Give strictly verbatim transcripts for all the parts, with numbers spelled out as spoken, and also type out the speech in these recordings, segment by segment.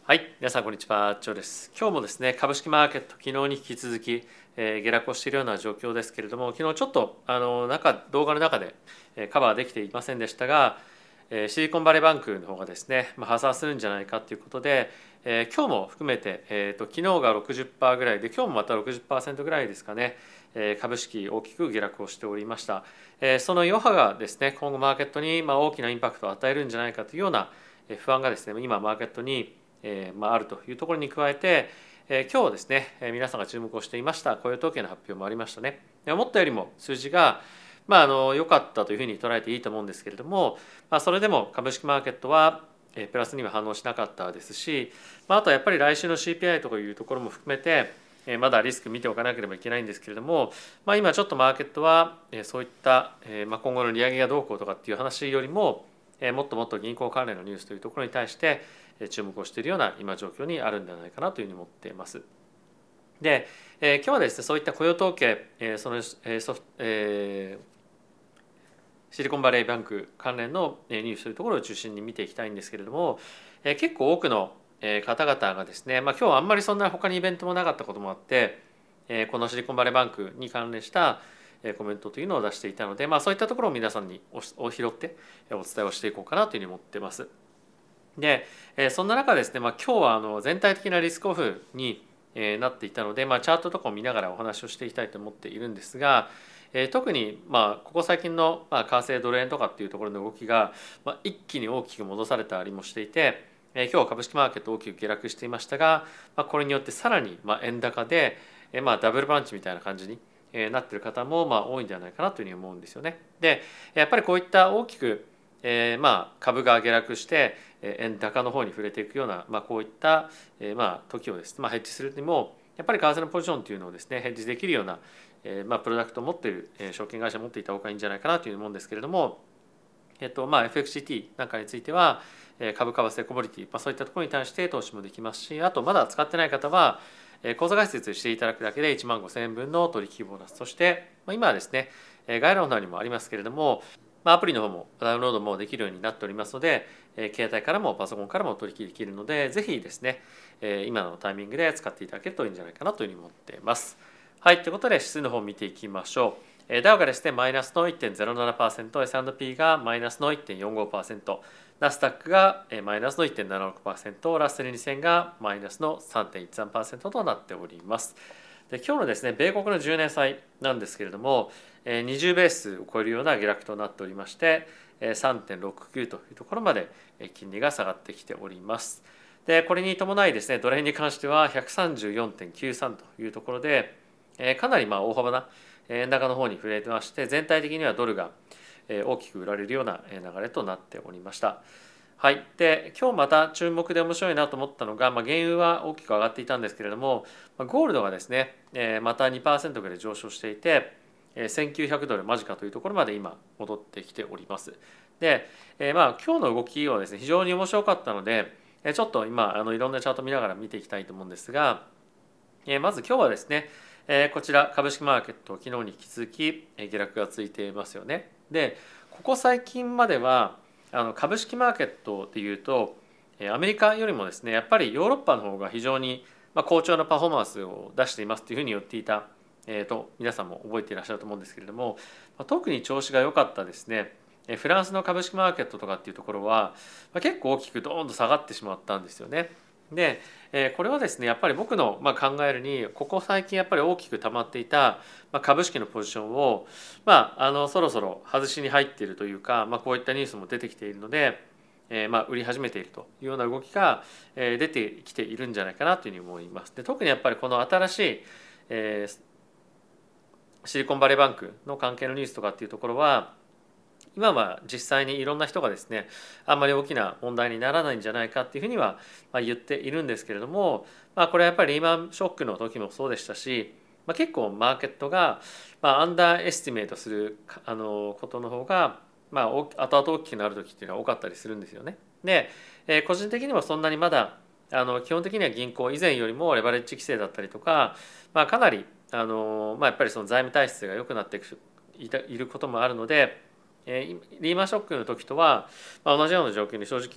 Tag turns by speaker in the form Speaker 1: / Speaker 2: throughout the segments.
Speaker 1: はい、皆さんこんにちは、ジョーです。今日もですね、株式マーケット、昨日に引き続き、えー、下落をしているような状況ですけれども、昨日ちょっとあの中動画の中で、えー、カバーできていませんでしたが、えー、シリコンバレーバンクの方がですね、まあ、破産するんじゃないかということで、えー、今日も含めて、えーと、昨日が ろくじゅっパーセント ぐらいで、今日もまた ろくじゅっパーセント ぐらいですかね、えー、株式大きく下落をしておりました。えー、その余波がですね、今後マーケットにまあ大きなインパクトを与えるんじゃないかというような不安がですね、今マーケットにえーまあ、あるというところに加えて、えー、今日ですね、えー、皆さんが注目をしていました雇用統計の発表もありましたね。思ったよりも数字がまああの良かったというふうに捉えていいと思うんですけれども、まあ、それでも株式マーケットはえープラスには反応しなかったですし、まあ、あとはやっぱり来週の シーピーアイ とかいうところも含めてえーまだリスク見ておかなければいけないんですけれども、まあ、今ちょっとマーケットはえーそういったえーまあ今後の利上げがどうこうとかっていう話よりもえーもっともっと銀行関連のニュースというところに対して注目をしているような今状況にあるんではないかなというふうに思っています。で、えー、今日はですねそういった雇用統計、えー、その、えーソフえー、シリコンバレーバンク関連のニュースというところを中心に見ていきたいんですけれども、えー、結構多くの方々がですね、まあ、今日はあんまりそんな他にイベントもなかったこともあって、えー、このシリコンバレーバンクに関連したコメントというのを出していたので、まあ、そういったところを皆さんにお拾ってお伝えをしていこうかなというふうに思っています。で、えー、そんな中ですね、まあ、今日はあの全体的なリスクオフになっていたので、まあ、チャートとかを見ながらお話をしていきたいと思っているんですが、えー、特にまあここ最近のまあ為替ドル円とかっていうところの動きがまあ一気に大きく戻されたりもしていて、えー、今日は株式マーケット大きく下落していましたが、まあ、これによってさらにまあ円高で、えー、まあダブルパンチみたいな感じになっている方もまあ多いんではないかなというふうに思うんですよね。で、やっぱりこういった大きくえー、まあ株が下落して円高の方に触れていくような、まあ、こういった、えー、まあ時をですね、まあ、ヘッジするにもやっぱり為替のポジションというのをですねヘッジできるような、えー、まあプロダクトを持っている、えー、証券会社を持っていた方がいいんじゃないかなという思うんですけれども、えっとまあ、エフエックスシーティー なんかについては株為替コモディティ、まあ、そういったところに対して投資もできますし、あとまだ使ってない方は口座開設していただくだけでいちまんごせんえんぶんの取引ボーナス、そして今はですね概要欄の方にもありますけれども、アプリの方もダウンロードもできるようになっておりますので、携帯からもパソコンからも取引できるので、ぜひですね今のタイミングで使っていただけるといいんじゃないかなというふうに思っています。はい、ということで指数の方を見ていきましょう。ダウがですねマイナスの いってんゼロななパーセント、エスアンドピー がマイナスの いってんよんごパーセント、ナスダックがマイナスの いってんななろくパーセント、ラッセルにせんがマイナスの さんてんいちさんパーセント となっております。で、今日のですね米国のじゅうねん債なんですけれども、にじゅうベースを超えるような下落となっておりまして、さんてんろくきゅうというところまで金利が下がってきております。で、これに伴いですねドル円に関しては ひゃくさんじゅうよんてんきゅうさん というところで、かなりまあ大幅な円高の方に触れてまして、全体的にはドルが大きく売られるような流れとなっておりました。はい、で今日また注目で面白いなと思ったのが、まあ、原油は大きく上がっていたんですけれども、ゴールドがですねまた にパーセント ぐらい上昇していて、せんきゅうひゃくドル間近というところまで今戻ってきております。で、まあ今日の動きはですね非常に面白かったので、ちょっと今あのいろんなチャート見ながら見ていきたいと思うんですが、まず今日はですねこちら株式マーケット、昨日に引き続き下落がついていますよね。で、ここ最近まではあの株式マーケットでいうとアメリカよりもですねやっぱりヨーロッパの方が非常に好調なパフォーマンスを出していますというふうに言っていた、えー、と皆さんも覚えていらっしゃると思うんですけれども、特に調子が良かったですねフランスの株式マーケットとかっていうところは結構大きくドーンと下がってしまったんですよね。で、これはですねやっぱり僕の考えるに、ここ最近やっぱり大きく溜まっていた株式のポジションを、まあ、あのそろそろ外しに入っているというか、まあ、こういったニュースも出てきているので、えー、まあ売り始めているというような動きが出てきているんじゃないかなというふうに思います。で、特にやっぱりこの新しい、えー、シリコンバレーバンクの関係のニュースとかっていうところは、今は実際にいろんな人がですねあんまり大きな問題にならないんじゃないかっていうふうには言っているんですけれども、まあ、これはやっぱりリーマンショックの時もそうでしたし、まあ、結構マーケットがアンダーエスティメイトするあのことの方が、まあ、後々大きくなる時っていうのは多かったりするんですよね。で、個人的にはそんなにまだあの基本的には銀行以前よりもレバレッジ規制だったりとか、まあ、かなりあの、まあ、やっぱりその財務体質が良くなっていることもあるので、リーマンショックの時とは同じような状況に正直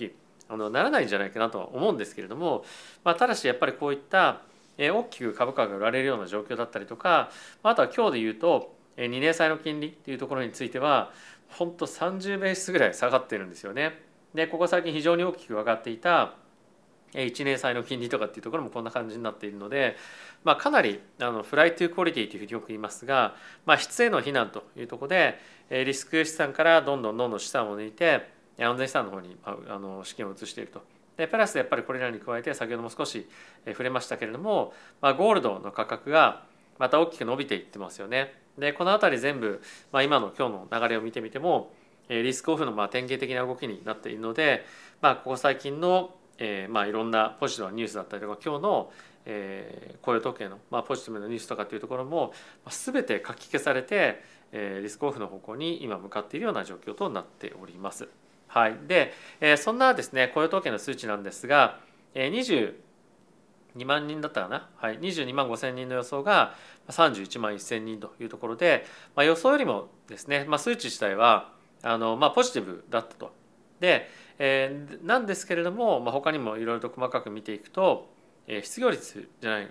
Speaker 1: あのならないんじゃないかなとは思うんですけれども、まあ、ただしやっぱりこういった大きく株価が売られるような状況だったりとか、あとは今日で言うとにねん債の金利っていうところについては本当さんじゅうベースぐらい下がってるんですよね。でここ最近非常に大きく上がっていたいちねん債の金利とかっていうところもこんな感じになっているので、まあ、かなりあのフライトゥークオリティというふうによく言いますが、まあ、質への非難というところでリスク資産からどんどんどんどん資産を抜いて安全資産の方にあの資金を移していると。でプラスやっぱりこれらに加えて先ほども少し触れましたけれども、まあ、ゴールドの価格がまた大きく伸びていってますよね。でこの辺り全部、まあ、今の今日の流れを見てみてもリスクオフのまあ典型的な動きになっているので、まあ、ここ最近のえー、まあいろんなポジティブなニュースだったりとか今日の、えー、雇用統計の、まあ、ポジティブなニュースとかっていうところも、まあ、全て書き消されて、えー、リスクオフの方向に今向かっているような状況となっております。はい、で、えー、そんなですね雇用統計の数値なんですが、えー、にじゅうにまんにんだったかな、はい、にじゅうにまんごせんにんの予想がさんじゅういちまんせんにんというところで、まあ、予想よりもですね、まあ、数値自体はあの、まあ、ポジティブだったと。でえー、なんですけれども、まあ、他にもいろいろと細かく見ていくと、えー、失業率じゃない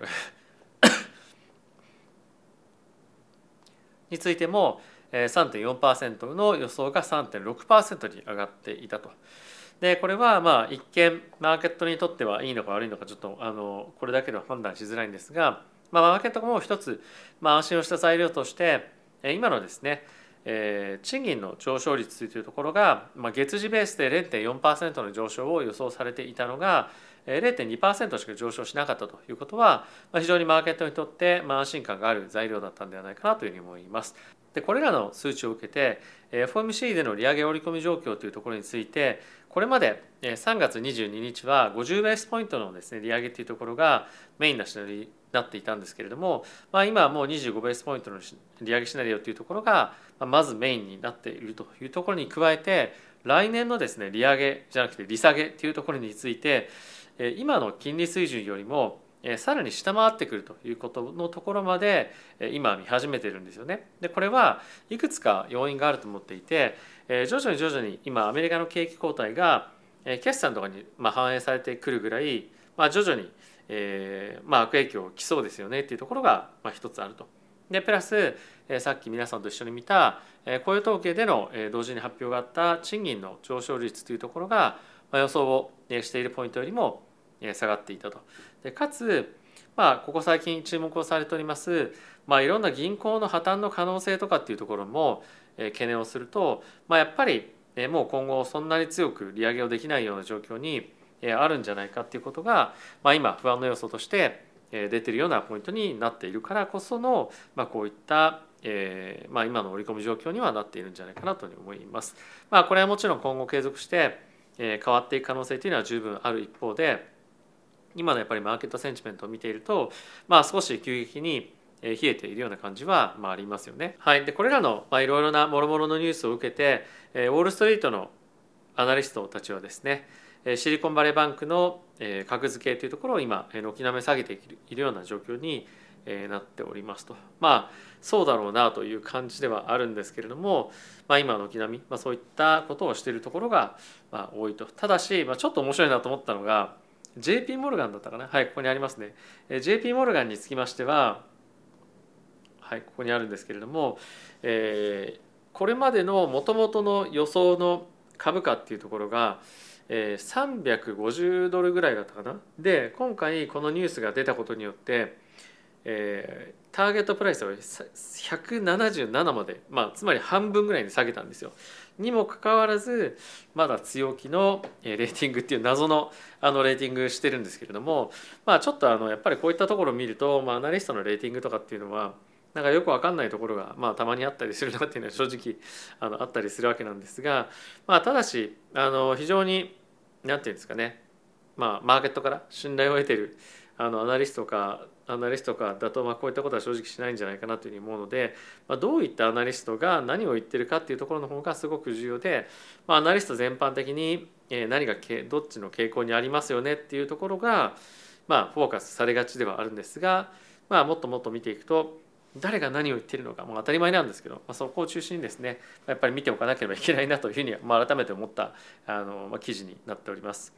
Speaker 1: についても さんてんよんパーセント の予想が さんてんろくパーセント に上がっていたと。でこれはまあ一見マーケットにとってはいいのか悪いのかちょっとあのこれだけでは判断しづらいんですが、まあ、マーケットも一つ、まあ、安心をした材料として今のですねえー、賃金の上昇率というところが、まあ、月次ベースで れいてんよんパーセント の上昇を予想されていたのが れいてんにパーセント しか上昇しなかったということは、まあ、非常にマーケットにとって、まあ、安心感がある材料だったんではないかなというふうに思います。でこれらの数値を受けて エフオーエムシー での利上げ織り込み状況というところについてこれまでさんがつにじゅうににちはごじゅうベースポイントのですね利上げというところがメインなシナリオになっていたんですけれども、まあ、今はもうにじゅうごベースポイントの利上げシナリオというところがまずメインになっているというところに加えて来年のですね利上げじゃなくて利下げというところについて今の金利水準よりもさらに下回ってくるということのところまで今見始めてるんですよね。でこれはいくつか要因があると思っていて徐々に徐々に今アメリカの景気後退が決算とかに反映されてくるぐらい、まあ、徐々にえーまあ、悪影響きそうですよねっていうところが、まあ、一つあると。でプラス、えー、さっき皆さんと一緒に見た、えー、雇用統計での、えー、同時に発表があった賃金の上昇率というところが、まあ、予想を、えー、しているポイントよりも、えー、下がっていたと。でかつ、まあ、ここ最近注目をされております、まあ、いろんな銀行の破綻の可能性とかっていうところも、えー、懸念をすると、まあ、やっぱり、えー、もう今後そんなに強く利上げをできないような状況にあるんじゃないかっていうことが、まあ、今不安の要素として出ているようなポイントになっているからこその、まあ、こういった、えーまあ、今の織り込み状況にはなっているんじゃないかなと思います。まあ、これはもちろん今後継続して変わっていく可能性というのは十分ある一方で今のやっぱりマーケットセンチメントを見ていると、まあ、少し急激に冷えているような感じはまあありますよね。はい、でこれらのいろいろな諸々のニュースを受けてウォール・ストリートのアナリストたちはですねシリコンバレーバンクの格付けというところを今軒並み下げているような状況になっておりますと。まあそうだろうなという感じではあるんですけれども、まあ、今軒並み、まあ、そういったことをしているところがまあ多いと。ただし、まあ、ちょっと面白いなと思ったのが ジェイピー モルガンだったかな、はいここにありますね。ジェイピー モルガンにつきましてははいここにあるんですけれども、えー、これまでのもともとの予想の株価っていうところがさんびゃくごじゅうドルぐらいだったかな。で今回このニュースが出たことによって、えー、ターゲットプライスをひゃくななじゅうななまで、まあ、つまり半分ぐらいに下げたんですよ。にもかかわらずまだ強気のレーティングっていう謎のあのレーティングしてるんですけれども、まあ、ちょっとあのやっぱりこういったところを見ると、まあ、アナリストのレーティングとかっていうのはなんかよく分かんないところが、まあ、たまにあったりするなっていうのは正直あのあったりするわけなんですが、まあ、ただしあの非常に何て言うんですかね、まあ、マーケットから信頼を得ているあのアナリストかアナリストかだと、まあ、こういったことは正直しないんじゃないかなというふうに思うので、まあ、どういったアナリストが何を言ってるかっていうところの方がすごく重要で、まあ、アナリスト全般的に何がどっちの傾向にありますよねっていうところが、まあ、フォーカスされがちではあるんですが、まあ、もっともっと見ていくと誰が何を言っているのかもう当たり前なんですけど、まあ、そこを中心にですねやっぱり見ておかなければいけないなというふうに、まあ、改めて思ったあの、まあ、記事になっております。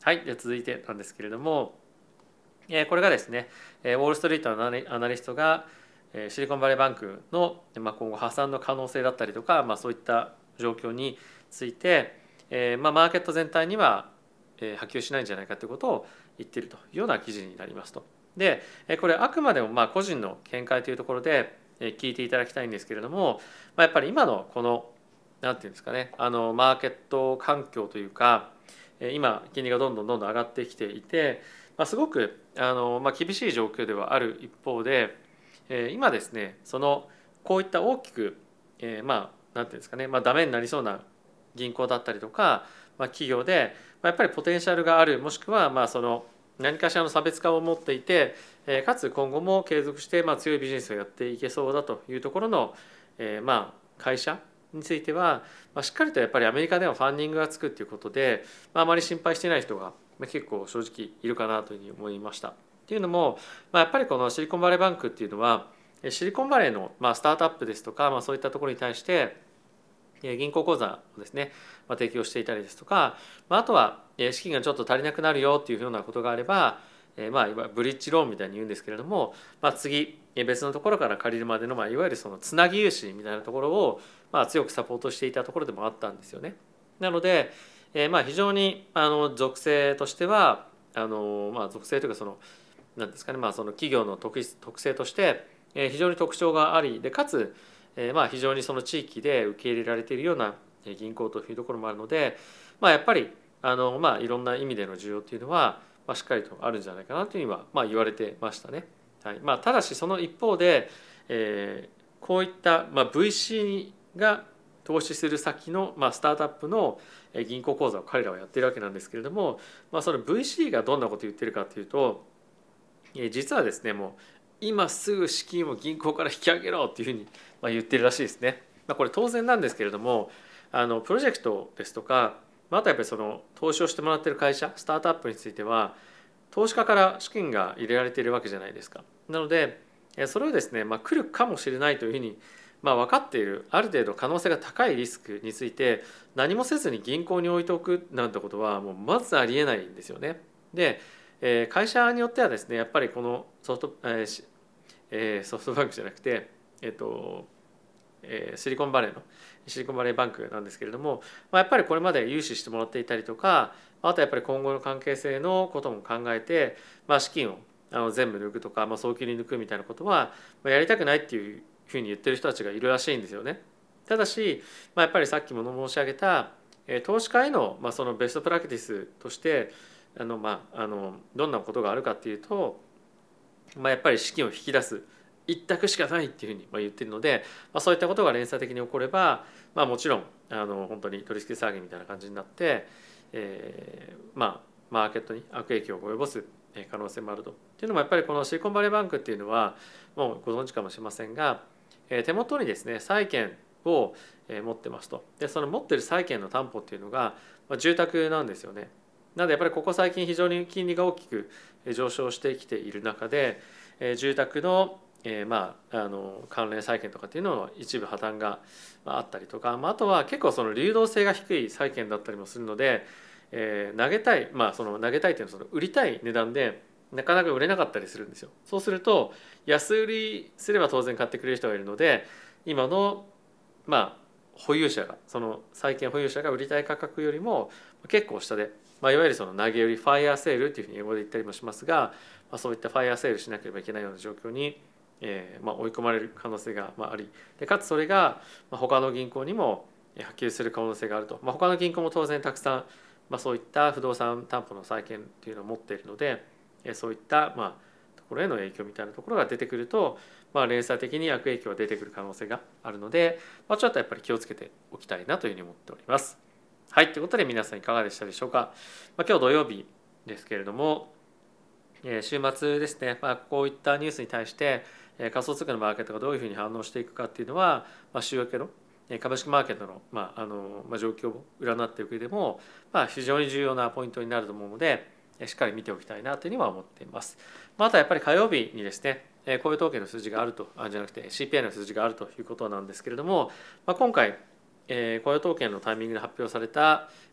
Speaker 1: はい、で続いてなんですけれども、えーこれがですね、えーウォール・ストリートのアナリアナリストがえーシリコンバレーバンクの、まあ、今後破産の可能性だったりとか、まあ、そういった状況について、えーまあ、マーケット全体には、えー波及しないんじゃないかということを言っているというような記事になりますと。で、えーこれあくまでもまあ個人の見解というところで、えー聞いていただきたいんですけれども、まあ、やっぱり今のこのなんていうんですかね、あのマーケット環境というか、えー今金利がどんどんどんどん上がってきていて、まあ、すごくあの、まあ、厳しい状況ではある一方で、えー今ですねそのこういった大きく、えーまあなんていうんですかね、まあ、ダメになりそうな銀行だったりとか、まあ、企業で、まあ、やっぱりポテンシャルがある、もしくはまあその何かしらの差別化を持っていて、えーかつ今後も継続してまあ強いビジネスをやっていけそうだというところの、えーまあ会社については、まあ、しっかりとやっぱりアメリカではファンディングがつくっていうことで、まあ、あまり心配していない人が結構正直いるかなというふうに思いました。っていうのも、まあ、やっぱりこのシリコンバレーバンクっていうのはシリコンバレーのまあスタートアップですとか、まあ、そういったところに対して銀行口座をですね、まあ、提供していたりですとか、まあ、あとは資金がちょっと足りなくなるよっていうようなことがあれば、えーまあいわゆるブリッジローンみたいに言うんですけれども、まあ、次別のところから借りるまでの、まあ、いわゆるそのつなぎ融資みたいなところを、まあ、強くサポートしていたところでもあったんですよね。なので、えーまあ非常にあの属性としてはあの、まあ、属性というかそのなんですかね、まあ、その企業の特特性として非常に特徴がありで、かつまあ非常にその地域で受け入れられているような銀行というところもあるので、まあ、やっぱりあの、まあ、いろんな意味での需要っていうのは、まあ、しっかりとあるんじゃないかなというふうには、まあ、言われてましたね。はいまあ、ただしその一方で、えー、こういった、まあ、ブイシー が投資する先の、まあ、スタートアップの銀行口座を彼らはやっているわけなんですけれども、まあ、その ブイシー がどんなことを言ってるかというと、実はですねもう今すぐ資金を銀行から引き上げろっていうふうに言ってるらしいですね。まあ、これ当然なんですけれども、あのプロジェクトですとか、またやっぱりその投資をしてもらっている会社スタートアップについては投資家から資金が入れられているわけじゃないですか。なのでそれをですね、まあ、来るかもしれないというふうに、まあ、分かっているある程度可能性が高いリスクについて何もせずに銀行に置いておくなんてことはもうまずありえないんですよね。で会社によってはですねやっぱりこのソフト、えー、ソフトバンクじゃなくて、えっとえー、シリコンバレーのシリコンバレーバンクなんですけれども、まあ、やっぱりこれまで融資してもらっていたりとか、あとはやっぱり今後の関係性のことも考えて、まあ、資金をあの全部抜くとか、まあ、早期に抜くみたいなことはやりたくないっていうふうに言ってる人たちがいるらしいんですよね。ただし、まあ、やっぱりさっきも申し上げた投資家への、まあ、そのベストプラクティスとしてあの、まあ、あのどんなことがあるかっていうと、まあ、やっぱり資金を引き出す一択しかないっていうふうに言ってるので、まあ、そういったことが連鎖的に起これば、まあ、もちろんあの本当に取引騒ぎみたいな感じになって、えー、まあマーケットに悪影響を及ぼす可能性もあると。っていうのもやっぱりこのシリコンバレーバンクっていうのはもうご存知かもしれませんが、手元にですね債券を持ってますと。でその持ってる債券の担保っていうのが住宅なんですよね。なのでやっぱりここ最近非常に金利が大きく上昇してきている中で住宅のまああの関連債券とかっていうのの一部破綻があったりとか、あとは結構その流動性が低い債券だったりもするので、えー、投げたいまあその投げたいっていうのはその売りたい値段でなかなか売れなかったりするんですよ。そうすると安売りすれば当然買ってくれる人がいるので、今のまあ保有者がその債券保有者が売りたい価格よりも結構下で、まあ、いわゆるその投げ売りファイヤーセールっていうふうに英語で言ったりもしますが、まあ、そういったファイヤーセールしなければいけないような状況に、えーまあ、追い込まれる可能性があり、でかつそれが他の銀行にも波及する可能性があると、まあ、他の銀行も当然たくさん、まあ、そういった不動産担保の債券っていうのを持っているので、そういったまあところへの影響みたいなところが出てくると、まあ、連鎖的に悪影響が出てくる可能性があるので、まあ、ちょっとやっぱり気をつけておきたいなというふうに思っております。はい、ということで皆さんいかがでしたでしょうか。まあ、今日土曜日ですけれども、えー、週末ですね、まあ、こういったニュースに対して、えー、仮想通貨のマーケットがどういうふうに反応していくかっていうのは、まあ、週明けの株式マーケットの、まああのまあ、状況を占っていく上でも、まあ、非常に重要なポイントになると思うので、しっかり見ておきたいなというには思っています。またやっぱり火曜日にですね、雇用統計の数字があると、あじゃなくて シーピーアイ の数字があるということなんですけれども、まあ、今回雇用統計のタイミングで発表された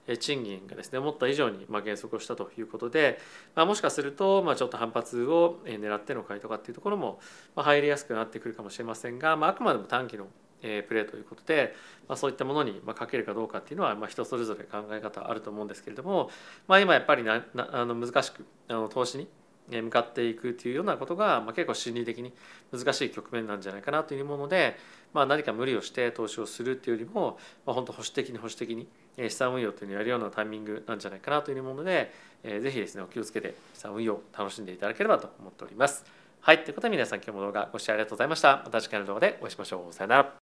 Speaker 1: 賃金がですね思った以上にまあ減速をしたということで、まあ、もしかするとまあちょっと反発を狙っての買いとかっていうところもまあ入りやすくなってくるかもしれませんが、まあ、あくまでも短期のプレーということで、まあ、そういったものにかけるかどうかっていうのはまあ人それぞれ考え方あると思うんですけれども、まあ、今やっぱりななあの難しくあの投資に向かっていくというようなことが、まあ、結構心理的に難しい局面なんじゃないかなというもので、まあ、何か無理をして投資をするっていうよりも、まあ、本当保守的に保守的に資産運用というのをやるようなタイミングなんじゃないかなというもので、えー、ぜひですねお気をつけて資産運用を楽しんでいただければと思っております。はい、ということで皆さん今日も動画ご視聴ありがとうございました。また次回の動画でお会いしましょう。さよなら。